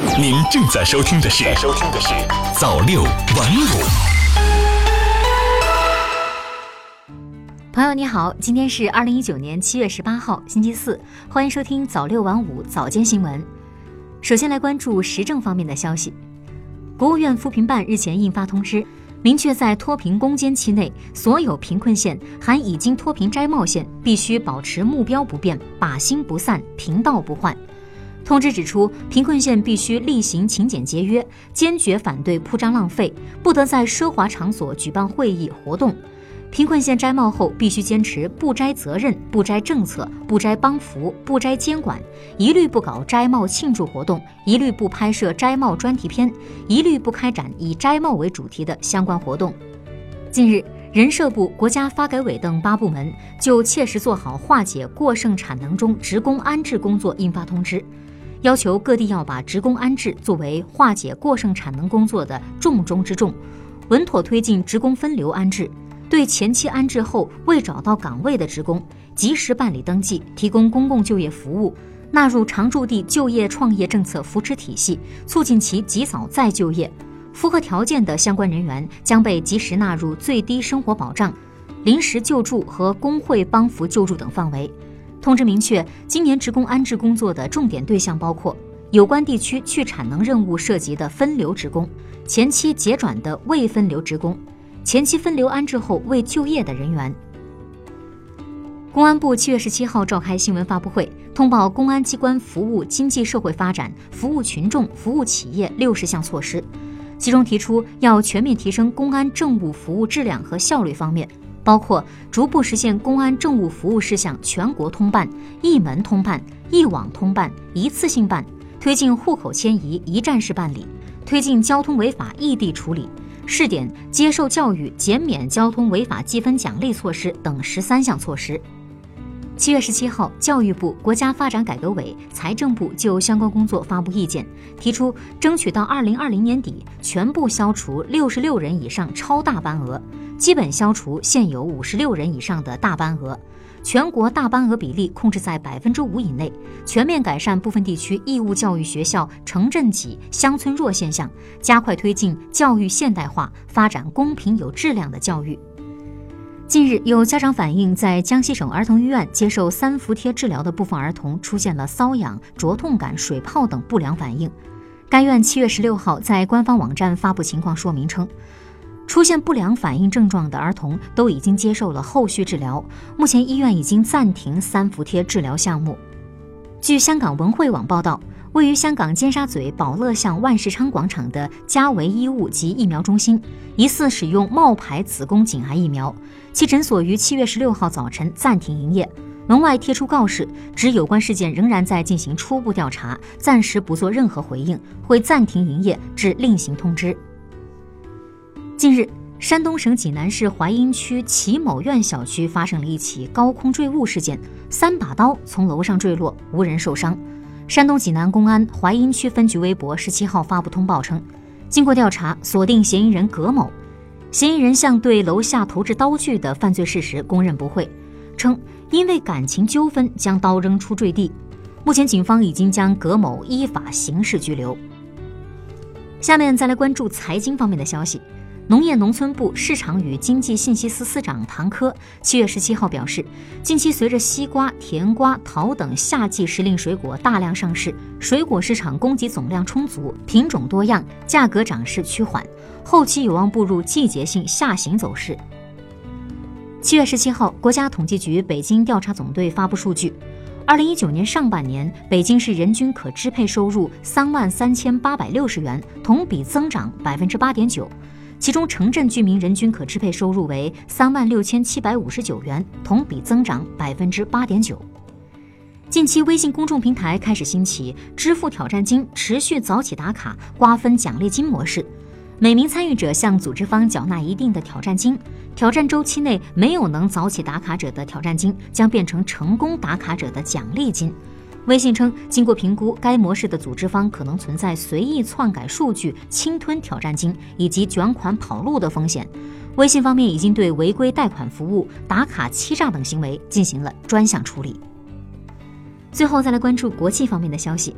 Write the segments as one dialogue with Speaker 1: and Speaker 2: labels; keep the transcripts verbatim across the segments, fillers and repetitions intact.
Speaker 1: 您正在收听的是收听的是早六晚五。
Speaker 2: 朋友你好，今天是二零一九年七月十八号，星期四，欢迎收听早六晚五早间新闻。首先来关注时政方面的消息。国务院扶贫办日前印发通知，明确在脱贫攻坚期内，所有贫困县含已经脱贫摘帽县必须保持目标不变，靶心不散，频道不换。通知指出，贫困县必须厉行勤俭节约，坚决反对铺张浪费，不得在奢华场所举办会议活动。贫困县摘帽后必须坚持不摘责任、不摘政策、不摘帮扶、不摘监管，一律不搞摘帽庆祝活动，一律不拍摄摘帽专题片，一律不开展以摘帽为主题的相关活动。近日，人社部、国家发改委等八部门就切实做好化解过剩产能中职工安置工作印发通知，要求各地要把职工安置作为化解过剩产能工作的重中之重，稳妥推进职工分流安置。对前期安置后未找到岗位的职工，及时办理登记，提供公共就业服务，纳入常住地就业创业政策扶持体系，促进其及早再就业。符合条件的相关人员将被及时纳入最低生活保障、临时救助和工会帮扶救助等范围。通知明确，今年职工安置工作的重点对象包括有关地区去产能任务涉及的分流职工、前期结转的未分流职工、前期分流安置后未就业的人员。公安部七月十七号召开新闻发布会，通报公安机关服务经济社会发展、服务群众、服务企业六十项措施，其中提出要全面提升公安政务服务质量和效率方面，包括逐步实现公安政务服务事项全国通办、一门通办、一网通办、一次性办，推进户口迁移一站式办理，推进交通违法异地处理，试点接受教育减免交通违法记分奖励措施等十三项措施。七月十七号，教育部、国家发展改革委、财政部就相关工作发布意见，提出争取到二零二零年底全部消除六十六人以上超大班额，基本消除现有五十六人以上的大班额，全国大班额比例控制在百分之五以内，全面改善部分地区义务教育学校城镇挤、乡村弱现象，加快推进教育现代化，发展公平有质量的教育。近日，有家长反映，在江西省儿童医院接受三伏贴治疗的部分儿童出现了瘙痒、灼痛感、水泡等不良反应。该院七月十六号在官方网站发布情况说明称，出现不良反应症状的儿童都已经接受了后续治疗，目前医院已经暂停三伏贴治疗项目。据香港文汇网报道，位于香港尖沙咀宝乐巷万世昌广场的嘉维医务及疫苗中心疑似使用冒牌子宫颈癌疫苗，其诊所于七月十六号早晨暂停营业，门外贴出告示，指有关事件仍然在进行初步调查，暂时不做任何回应，会暂停营业至另行通知。近日，山东省济南市淮阴区祁某苑小区发生了一起高空坠物事件，三把刀从楼上坠落，无人受伤。山东济南公安淮阴区分局微博十七号发布通报称，经过调查，锁定嫌疑人葛某。嫌疑人向对楼下投掷刀具的犯罪事实供认不讳，称因为感情纠纷将刀扔出坠地。目前警方已经将葛某依法刑事拘留。下面再来关注财经方面的消息。农业农村部市场与经济信息司司长唐科七月十七号表示，近期随着西瓜、甜瓜、桃等夏季时令水果大量上市，水果市场供给总量充足，品种多样，价格涨势趋缓，后期有望步入季节性下行走势。七月十七号，国家统计局北京调查总队发布数据，二零一九年上半年，北京市人均可支配收入三万三千八百六十元，同比增长百分之八点九。其中城镇居民人均可支配收入为三万六千七百五十九元，同比增长百分之八点九。近期微信公众平台开始兴起支付挑战金持续早起打卡瓜分奖励金模式，每名参与者向组织方缴纳一定的挑战金，挑战周期内没有能早起打卡者的挑战金将变成成功打卡者的奖励金。微信称，经过评估，该模式的组织方可能存在随意篡改数据、侵吞挑战金以及卷款跑路的风险。微信方面已经对违规贷款服务、打卡欺诈等行为进行了专项处理。最后再来关注国际方面的消息。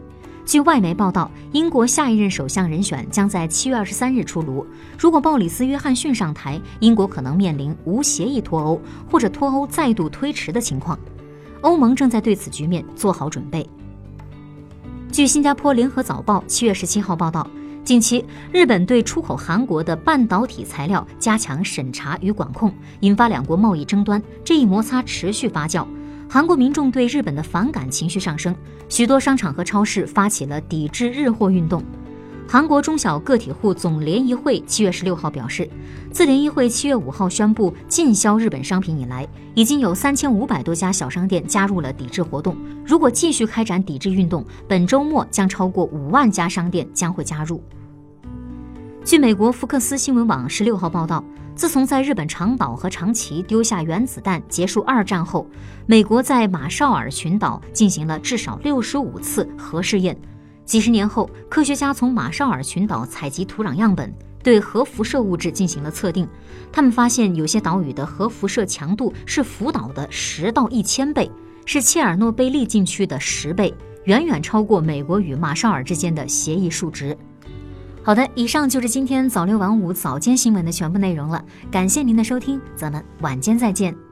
Speaker 2: 据外媒报道，英国下一任首相人选将在七月二十三日出炉。如果鲍里斯·约翰逊上台，英国可能面临无协议脱欧或者脱欧再度推迟的情况。欧盟正在对此局面做好准备。据新加坡联合早报七月十七号报道，近期日本对出口韩国的半导体材料加强审查与管控，引发两国贸易争端，这一摩擦持续发酵。韩国民众对日本的反感情绪上升，许多商场和超市发起了抵制日货运动。韩国中小个体户总联谊会七月十六号表示，自联谊会七月五号宣布禁销日本商品以来，已经有三千五百多家小商店加入了抵制活动。如果继续开展抵制运动，本周末将超过五万家商店将会加入。据美国福克斯新闻网十六号报道，自从在日本长岛和长崎丢下原子弹结束二战后，美国在马绍尔群岛进行了至少六十五次核试验。几十年后，科学家从马绍尔群岛采集土壤样本，对核辐射物质进行了测定。他们发现有些岛屿的核辐射强度是福岛的十到一千倍，是切尔诺贝利禁区的十倍，远远超过美国与马绍尔之间的协议数值。好的，以上就是今天早六晚五早间新闻的全部内容了，感谢您的收听，咱们晚间再见。